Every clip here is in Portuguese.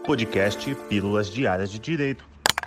podcast Pílulas Diárias de Direito.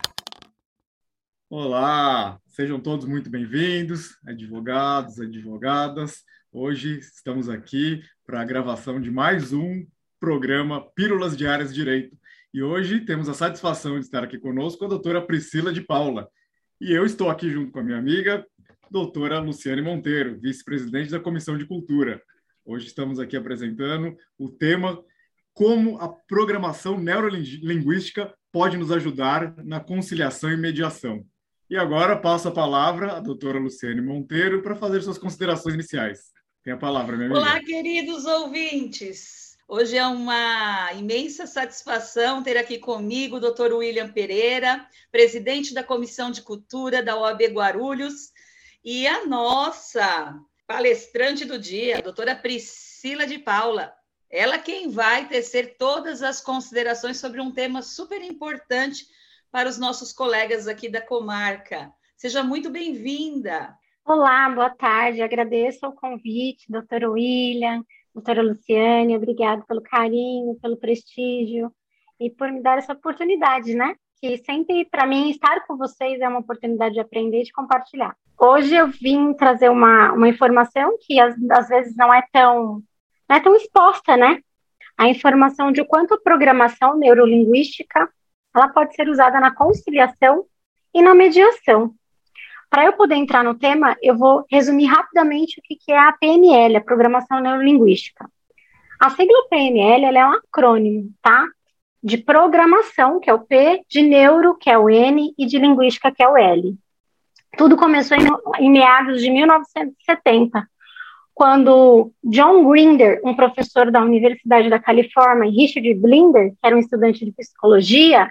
Olá, sejam todos muito bem-vindos, advogados, advogadas. Hoje estamos aqui para a gravação de mais um programa Pílulas Diárias de Direito. E hoje temos a satisfação de estar aqui conosco a doutora Priscila de Paula. E eu estou aqui junto com a minha amiga, doutora Luciane Monteiro, vice-presidente da Comissão de Cultura. Hoje estamos aqui apresentando o tema como a programação neurolinguística pode nos ajudar na conciliação e mediação. E agora passo a palavra à doutora Luciane Monteiro para fazer suas considerações iniciais. Tem a palavra, minha amiga. Olá, queridos ouvintes. Hoje é uma imensa satisfação ter aqui comigo o Dr. William Pereira, presidente da Comissão de Cultura da OAB Guarulhos, e a nossa palestrante do dia, a doutora Priscila de Paula. Ela quem vai tecer todas as considerações sobre um tema super importante para os nossos colegas aqui da comarca. Seja muito bem-vinda. Olá, boa tarde. Agradeço o convite, doutor William, doutora Luciane. Obrigada pelo carinho, pelo prestígio e por me dar essa oportunidade, né? Que sempre, para mim, estar com vocês é uma oportunidade de aprender e de compartilhar. Hoje eu vim trazer uma informação que às vezes não é tão exposta, né? A informação de o quanto a programação neurolinguística ela pode ser usada na conciliação e na mediação. Para eu poder entrar no tema, eu vou resumir rapidamente o que é a PNL, a Programação Neurolinguística. A sigla PNL ela é um acrônimo, tá? De programação, que é o P, de neuro, que é o N, e de linguística, que é o L. Tudo começou em meados de 1970, quando John Grinder, um professor da Universidade da Califórnia, e Richard Blinder, que era um estudante de psicologia,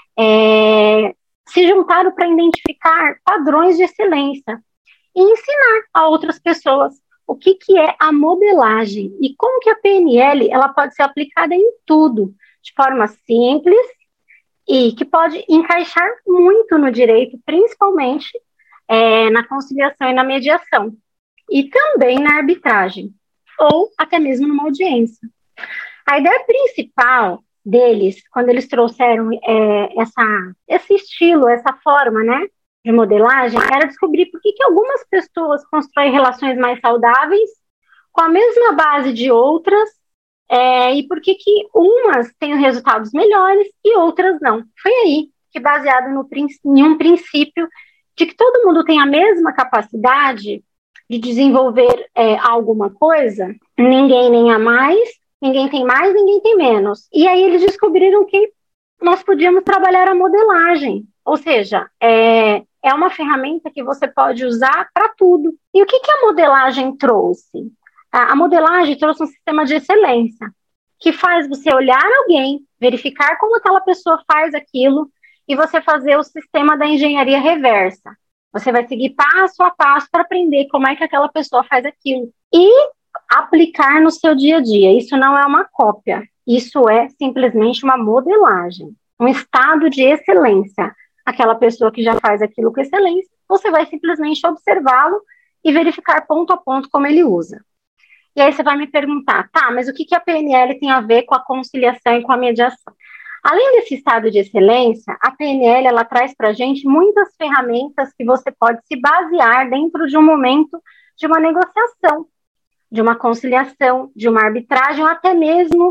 se juntaram para identificar padrões de excelência e ensinar a outras pessoas o que é a modelagem e como que a PNL ela pode ser aplicada em tudo, de forma simples e que pode encaixar muito no direito, principalmente na conciliação e na mediação, e também na arbitragem, ou até mesmo numa audiência. A ideia principal deles, quando eles trouxeram esse estilo, essa forma, né, de modelagem, era descobrir por que algumas pessoas constroem relações mais saudáveis com a mesma base de outras, e por que umas têm resultados melhores e outras não. Foi aí que, baseado em um princípio de que todo mundo tem a mesma capacidade de desenvolver alguma coisa, ninguém nem a mais, ninguém tem mais, ninguém tem menos. E aí eles descobriram que nós podíamos trabalhar a modelagem, ou seja, é uma ferramenta que você pode usar para tudo. E o que a modelagem trouxe? A modelagem trouxe um sistema de excelência, que faz você olhar alguém, verificar como aquela pessoa faz aquilo, e você fazer o sistema da engenharia reversa. Você vai seguir passo a passo para aprender como é que aquela pessoa faz aquilo. E aplicar no seu dia a dia. Isso não é uma cópia. Isso é simplesmente uma modelagem. Um estado de excelência. Aquela pessoa que já faz aquilo com excelência, você vai simplesmente observá-lo e verificar ponto a ponto como ele usa. E aí você vai me perguntar, tá, mas o que a PNL tem a ver com a conciliação e com a mediação? Além desse estado de excelência, a PNL ela traz para a gente muitas ferramentas que você pode se basear dentro de um momento de uma negociação, de uma conciliação, de uma arbitragem, ou até mesmo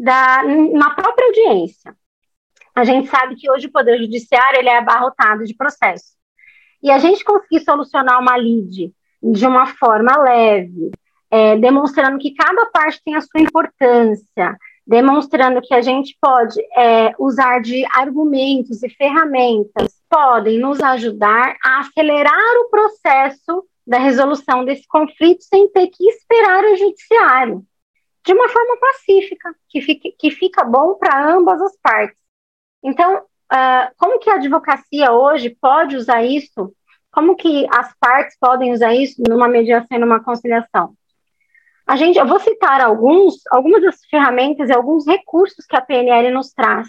na própria audiência. A gente sabe que hoje o Poder Judiciário ele é abarrotado de processos. E a gente conseguir solucionar uma lide de uma forma leve, demonstrando que cada parte tem a sua importância, demonstrando que a gente pode usar de argumentos e ferramentas podem nos ajudar a acelerar o processo da resolução desse conflito sem ter que esperar o judiciário, de uma forma pacífica, que fica bom para ambas as partes. Então, como que a advocacia hoje pode usar isso? Como que as partes podem usar isso numa mediação e numa conciliação? Eu vou citar algumas das ferramentas e alguns recursos que a PNL nos traz.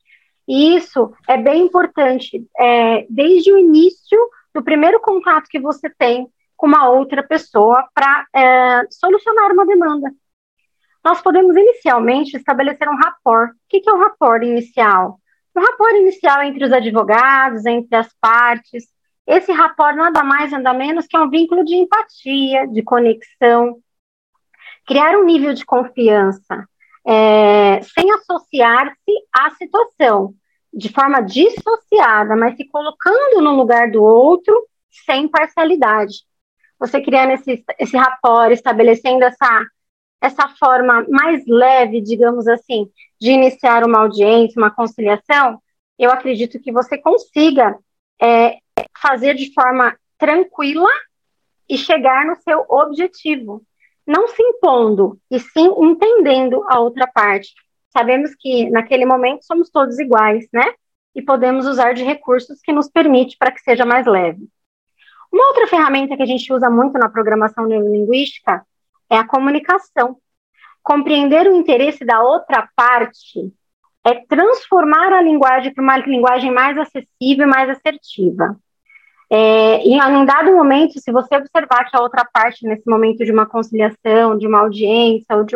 E isso é bem importante, desde o início do primeiro contato que você tem com uma outra pessoa para solucionar uma demanda. nós podemos inicialmente estabelecer um rapport. O que é o rapport inicial? Um rapport inicial entre os advogados, entre as partes. Esse rapport nada mais, nada menos que é um vínculo de empatia, de conexão, criar um nível de confiança, sem associar-se à situação, de forma dissociada, mas se colocando no lugar do outro, sem parcialidade. Você criando esse rapport, estabelecendo essa forma mais leve, digamos assim, de iniciar uma audiência, uma conciliação, eu acredito que você consiga fazer de forma tranquila e chegar no seu objetivo, não se impondo, e sim entendendo a outra parte. Sabemos que naquele momento somos todos iguais, né? E podemos usar de recursos que nos permite para que seja mais leve. Uma outra ferramenta que a gente usa muito na programação neurolinguística é a comunicação. Compreender o interesse da outra parte é transformar a linguagem para uma linguagem mais acessível e mais assertiva. Em um dado momento, se você observar que a outra parte, nesse momento de uma conciliação, de uma audiência ou de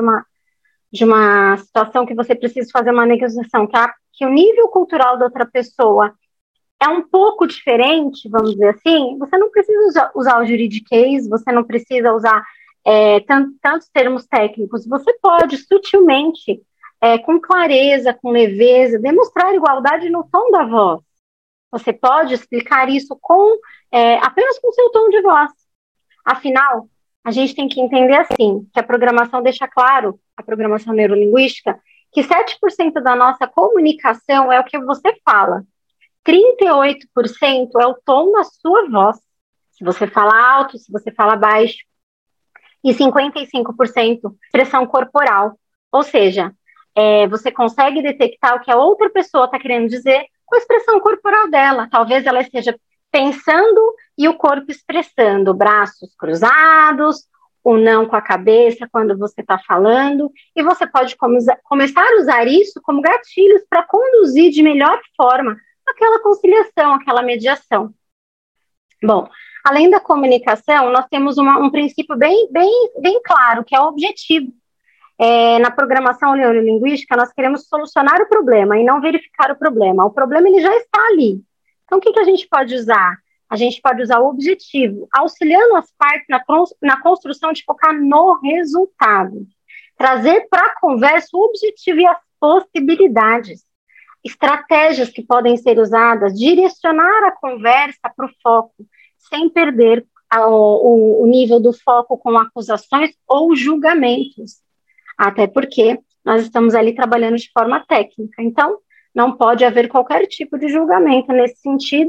uma situação que você precisa fazer uma negociação, que o nível cultural da outra pessoa é um pouco diferente, vamos dizer assim, você não precisa usar o juridiquês, você não precisa usar tantos termos técnicos, você pode sutilmente, com clareza, com leveza, demonstrar igualdade no tom da voz. Você pode explicar isso apenas com o seu tom de voz. Afinal, a gente tem que entender assim, que a programação deixa claro, a programação neurolinguística, que 7% da nossa comunicação é o que você fala. 38% é o tom da sua voz. Se você fala alto, se você fala baixo. E 55% expressão corporal. Ou seja, você consegue detectar o que a outra pessoa está querendo dizer com a expressão corporal dela. Talvez ela esteja pensando e o corpo expressando, braços cruzados, o não com a cabeça quando você está falando, e você pode começar a usar isso como gatilhos para conduzir de melhor forma aquela conciliação, aquela mediação. Bom, além da comunicação, nós temos um princípio bem claro, que é o objetivo. Na programação neurolinguística, nós queremos solucionar o problema e não verificar o problema. O problema ele já está ali. Então, o que a gente pode usar? A gente pode usar o objetivo, auxiliando as partes na construção de focar no resultado. Trazer para a conversa o objetivo e as possibilidades. Estratégias que podem ser usadas, direcionar a conversa para o foco, sem perder o nível do foco com acusações ou julgamentos. Até porque nós estamos ali trabalhando de forma técnica. Então, não pode haver qualquer tipo de julgamento nesse sentido,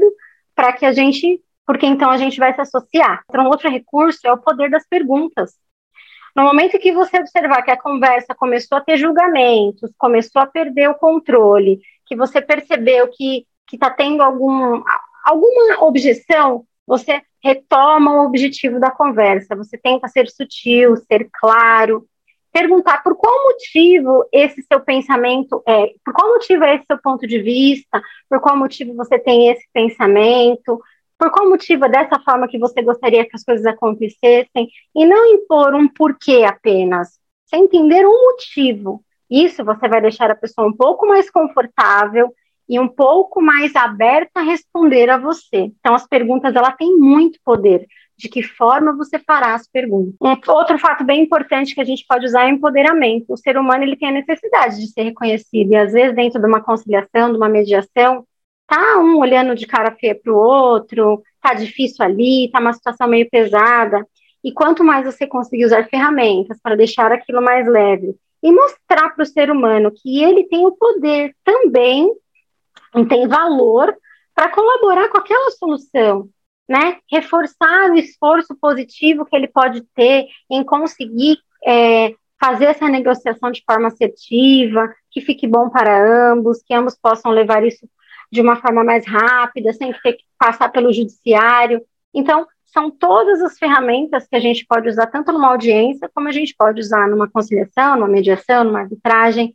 porque então a gente vai se associar. Então, outro recurso é o poder das perguntas. No momento que você observar que a conversa começou a ter julgamentos, começou a perder o controle, que você percebeu que está tendo alguma objeção, você retoma o objetivo da conversa, você tenta ser sutil, ser claro, perguntar por qual motivo esse seu pensamento por qual motivo é esse seu ponto de vista, por qual motivo você tem esse pensamento, por qual motivo é dessa forma que você gostaria que as coisas acontecessem, e não impor um porquê apenas, sem entender um motivo. Isso você vai deixar a pessoa um pouco mais confortável e um pouco mais aberta a responder a você. Então, as perguntas, ela tem muito poder. De que forma você fará as perguntas. Outro fato bem importante que a gente pode usar é o empoderamento. O ser humano ele tem a necessidade de ser reconhecido, e às vezes dentro de uma conciliação, de uma mediação, tá um olhando de cara feia para o outro, tá difícil ali, tá uma situação meio pesada, e quanto mais você conseguir usar ferramentas para deixar aquilo mais leve, e mostrar para o ser humano que ele tem o poder também, e tem valor para colaborar com aquela solução, né? Reforçar o esforço positivo que ele pode ter em conseguir fazer essa negociação de forma assertiva, que fique bom para ambos, que ambos possam levar isso de uma forma mais rápida, sem ter que passar pelo judiciário. Então, são todas as ferramentas que a gente pode usar, tanto numa audiência, como a gente pode usar numa conciliação, numa mediação, numa arbitragem.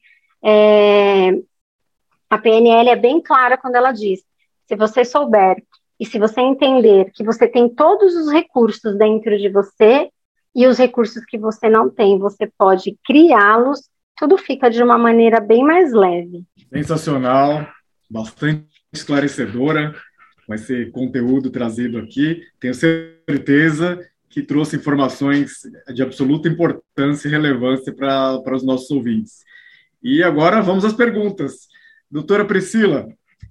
A PNL é bem clara quando ela diz, se você souber e se você entender que você tem todos os recursos dentro de você, e os recursos que você não tem, você pode criá-los, tudo fica de uma maneira bem mais leve. Sensacional, bastante esclarecedora, vai ser conteúdo trazido aqui, tenho certeza que trouxe informações de absoluta importância e relevância para os nossos ouvintes. E agora vamos às perguntas. Doutora Priscila,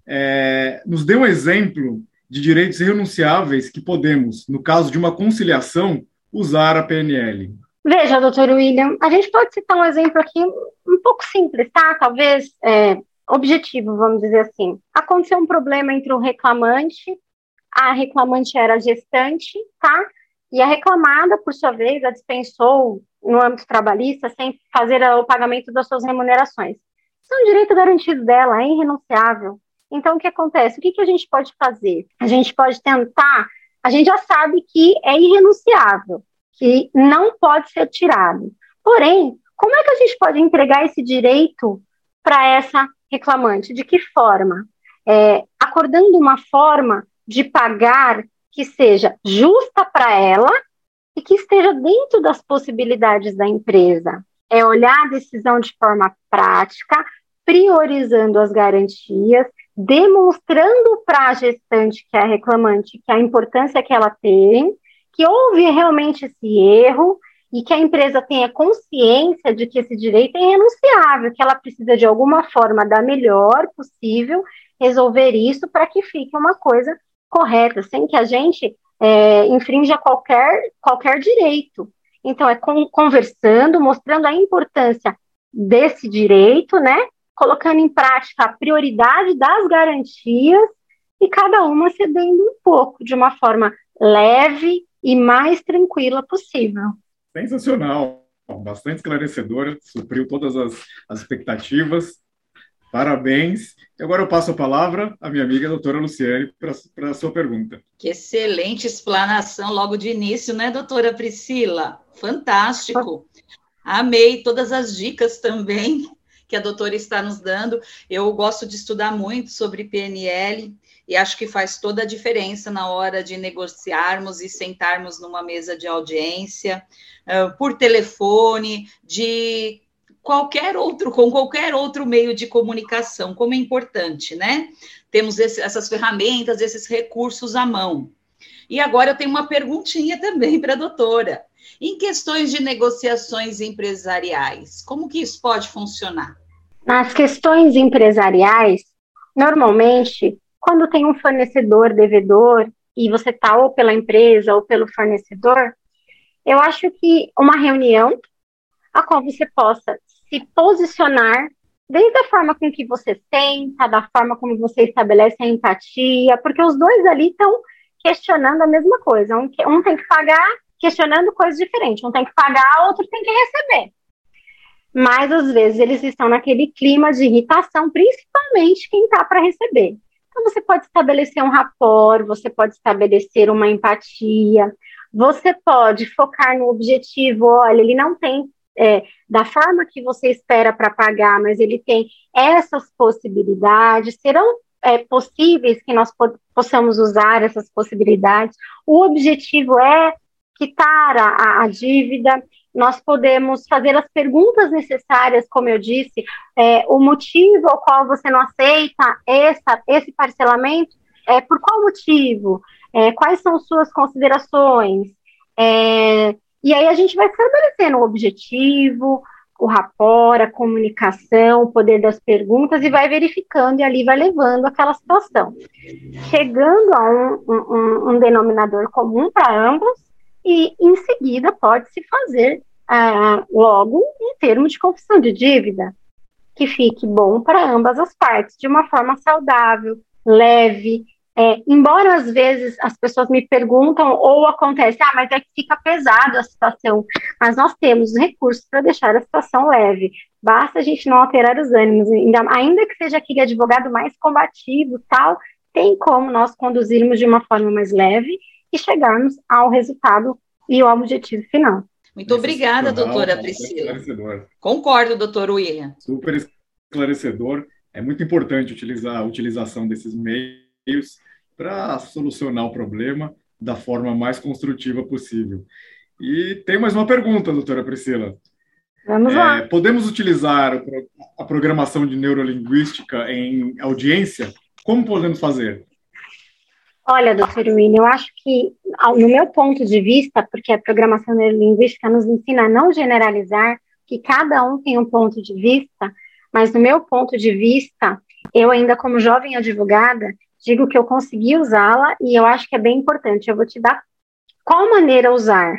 nos dê um exemplo de direitos irrenunciáveis que podemos, no caso de uma conciliação, usar a PNL. Veja, doutor William, a gente pode citar um exemplo aqui um pouco simples, tá? Talvez objetivo, vamos dizer assim. Aconteceu um problema entre o reclamante, a reclamante era gestante, tá? E a reclamada, por sua vez, a dispensou no âmbito trabalhista sem fazer o pagamento das suas remunerações. Isso é um direito garantido dela, é irrenunciável. Então, o que acontece? O que a gente pode fazer? A gente pode tentar, a gente já sabe que é irrenunciável, que não pode ser tirado. Porém, como é que a gente pode entregar esse direito para essa reclamante? De que forma? Acordando uma forma de pagar que seja justa para ela e que esteja dentro das possibilidades da empresa. É olhar a decisão de forma prática, priorizando as garantias, demonstrando para a gestante, que é a reclamante, que a importância que ela tem, que houve realmente esse erro e que a empresa tenha consciência de que esse direito é irrenunciável, que ela precisa de alguma forma da melhor possível resolver isso para que fique uma coisa correta, sem que a gente infrinja qualquer direito. Então, conversando, mostrando a importância desse direito, né? Colocando em prática a prioridade das garantias e cada uma cedendo um pouco, de uma forma leve e mais tranquila possível. Sensacional, bastante esclarecedora, supriu todas as expectativas. Parabéns. E agora eu passo a palavra à minha amiga, a doutora Luciane, para a sua pergunta. Que excelente explanação logo de início, né, doutora Priscila? Fantástico. Amei todas as dicas também que a doutora está nos dando. Eu gosto de estudar muito sobre PNL e acho que faz toda a diferença na hora de negociarmos e sentarmos numa mesa de audiência, por telefone, com qualquer outro meio de comunicação, como é importante, né? Temos essas ferramentas, esses recursos à mão. E agora eu tenho uma perguntinha também para a doutora. Em questões de negociações empresariais, como que isso pode funcionar? Nas questões empresariais, normalmente, quando tem um fornecedor devedor e você está ou pela empresa ou pelo fornecedor, eu acho que uma reunião a qual você possa se posicionar desde a forma com que você senta, da forma como você estabelece a empatia, porque os dois ali estão questionando a mesma coisa. Um tem que pagar questionando coisas diferentes. Um tem que pagar, outro tem que receber. Mas, às vezes, eles estão naquele clima de irritação, principalmente quem está para receber. Então, você pode estabelecer um rapport, você pode estabelecer uma empatia, você pode focar no objetivo. Olha, ele não tem da forma que você espera para pagar, mas ele tem essas possibilidades, serão possíveis que nós possamos usar essas possibilidades. O objetivo é quitar a dívida, nós podemos fazer as perguntas necessárias, como eu disse, o motivo ao qual você não aceita esse parcelamento, por qual motivo, quais são suas considerações, e aí a gente vai estabelecendo o objetivo, o rapport, a comunicação, o poder das perguntas, e vai verificando, e ali vai levando aquela situação. Chegando a um denominador comum para ambos, e em seguida pode-se fazer logo um termo de confissão de dívida, que fique bom para ambas as partes, de uma forma saudável, leve. Embora às vezes as pessoas me perguntam ou acontece, mas é que fica pesado a situação, mas nós temos recursos para deixar a situação leve, basta a gente não alterar os ânimos, ainda que seja aquele advogado mais combativo, tal, tem como nós conduzirmos de uma forma mais leve e chegarmos ao resultado e ao objetivo final. Muito obrigada, doutora Priscila. Concordo, doutor William. Super esclarecedor. É muito importante a utilização desses meios para solucionar o problema da forma mais construtiva possível. E tem mais uma pergunta, doutora Priscila. Vamos lá. Podemos utilizar a programação de neurolinguística em audiência? Como podemos fazer? Olha, doutor William, eu acho que, no meu ponto de vista, porque a programação neurolinguística nos ensina a não generalizar, que cada um tem um ponto de vista, mas no meu ponto de vista, eu ainda como jovem advogada, digo que eu consegui usá-la e eu acho que é bem importante. Eu vou te dar qual maneira usar.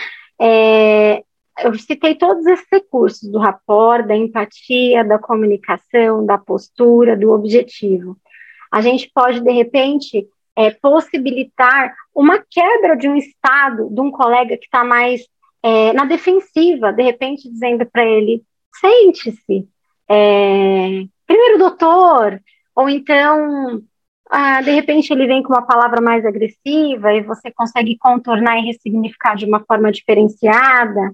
Eu citei todos esses recursos, do rapport, da empatia, da comunicação, da postura, do objetivo. A gente pode, de repente, possibilitar uma quebra de um estado de um colega que está mais na defensiva, de repente dizendo para ele, sente-se, primeiro doutor, ou então, de repente ele vem com uma palavra mais agressiva e você consegue contornar e ressignificar de uma forma diferenciada,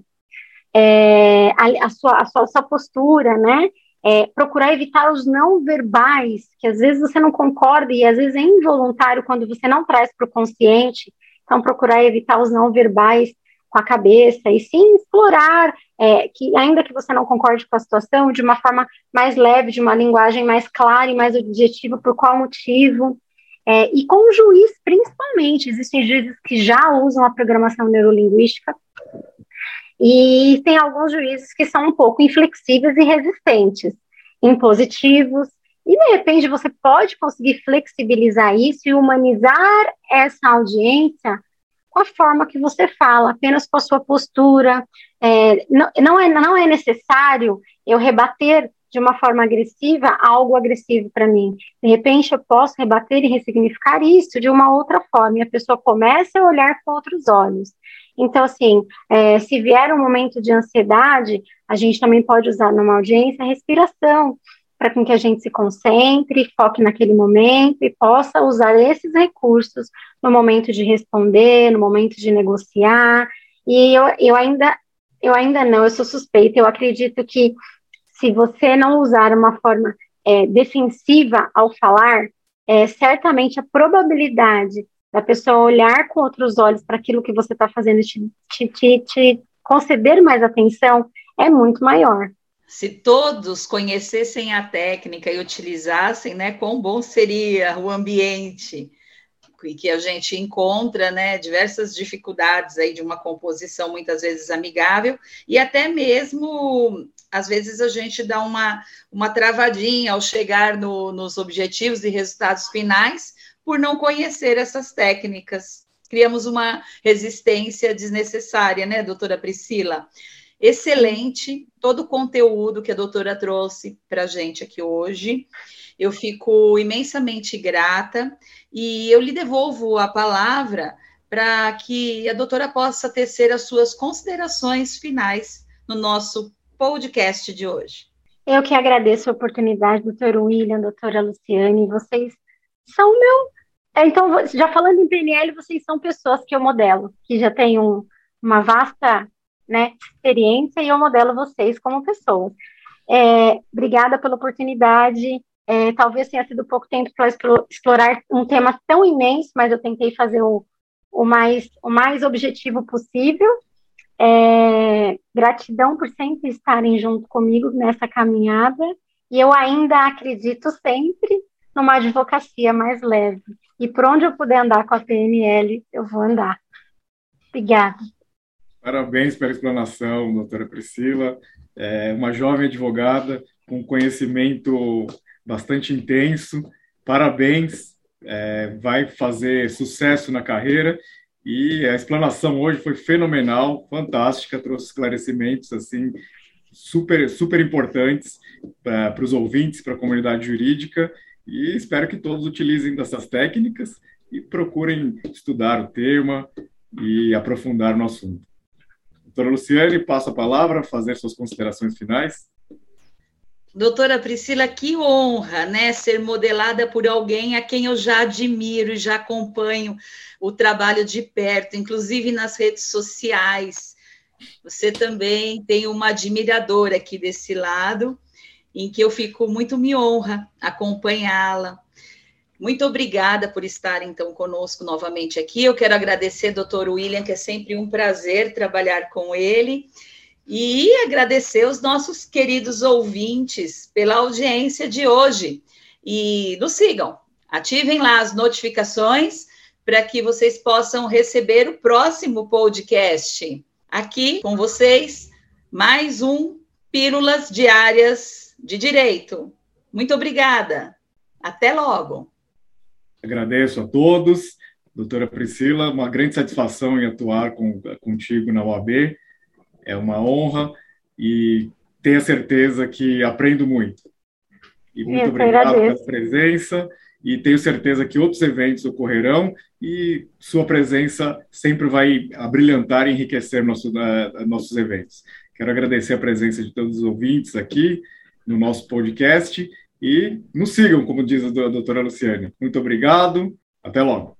a sua postura, né? Procurar evitar os não verbais, que às vezes você não concorda e às vezes é involuntário quando você não traz para o consciente, então procurar evitar os não verbais com a cabeça e sim explorar, que ainda que você não concorde com a situação, de uma forma mais leve, de uma linguagem mais clara e mais objetiva, por qual motivo, e com o juiz principalmente, existem juízes que já usam a programação neurolinguística, e tem alguns juízes que são um pouco inflexíveis e resistentes, impositivos, e de repente você pode conseguir flexibilizar isso e humanizar essa audiência com a forma que você fala, apenas com a sua postura. Não é necessário eu rebater de uma forma agressiva algo agressivo para mim. De repente eu posso rebater e ressignificar isso de uma outra forma, e a pessoa começa a olhar com outros olhos. Então, assim, se vier um momento de ansiedade, a gente também pode usar numa audiência a respiração, para que a gente se concentre, foque naquele momento e possa usar esses recursos no momento de responder, no momento de negociar. E eu ainda não, eu sou suspeita, eu acredito que se você não usar uma forma defensiva ao falar, certamente a probabilidade da pessoa olhar com outros olhos para aquilo que você está fazendo, te conceder mais atenção, é muito maior. Se todos conhecessem a técnica e utilizassem, né, quão bom seria o ambiente que a gente encontra, né, diversas dificuldades aí de uma composição muitas vezes amigável, e até mesmo, às vezes, a gente dá uma travadinha ao chegar nos objetivos e resultados finais, por não conhecer essas técnicas. Criamos uma resistência desnecessária, né, doutora Priscila? Excelente, todo o conteúdo que a doutora trouxe para a gente aqui hoje. Eu fico imensamente grata e eu lhe devolvo a palavra para que a doutora possa tecer as suas considerações finais no nosso podcast de hoje. Eu que agradeço a oportunidade, doutor William, doutora Luciane, vocês são Então, já falando em PNL, vocês são pessoas que eu modelo, que já têm uma vasta, né, experiência, e eu modelo vocês como pessoas. Obrigada pela oportunidade. Talvez tenha sido pouco tempo para explorar um tema tão imenso, mas eu tentei fazer o mais objetivo possível. Gratidão por sempre estarem junto comigo nessa caminhada, e eu ainda acredito sempre numa advocacia mais leve. E por onde eu puder andar com a PNL, eu vou andar. Obrigada. Parabéns pela explanação, doutora Priscila. Uma jovem advogada com conhecimento bastante intenso. Parabéns, vai fazer sucesso na carreira. E a explanação hoje foi fenomenal, fantástica, trouxe esclarecimentos assim, super, super importantes para os ouvintes, para a comunidade jurídica. E espero que todos utilizem dessas técnicas e procurem estudar o tema e aprofundar no assunto. Doutora Luciane, passo a palavra, fazer suas considerações finais. Doutora Priscila, que honra, né, ser modelada por alguém a quem eu já admiro e já acompanho o trabalho de perto, inclusive nas redes sociais. Você também tem uma admiradora aqui desse lado, em que eu fico muito me honra acompanhá-la. Muito obrigada por estar, então, conosco novamente aqui. Eu quero agradecer ao Dr. William, que é sempre um prazer trabalhar com ele, e agradecer aos nossos queridos ouvintes pela audiência de hoje. E nos sigam, ativem lá as notificações para que vocês possam receber o próximo podcast. Aqui com vocês, mais um Pílulas Diárias de Direito. Muito obrigada. Até logo. Agradeço a todos. Doutora Priscila, uma grande satisfação em atuar contigo na OAB. É uma honra e tenha certeza que aprendo muito. E muito obrigado pela presença e tenho certeza que outros eventos ocorrerão e sua presença sempre vai abrilhantar e enriquecer nossos eventos. Quero agradecer a presença de todos os ouvintes aqui no nosso podcast e nos sigam, como diz a doutora Luciane. Muito obrigado, até logo.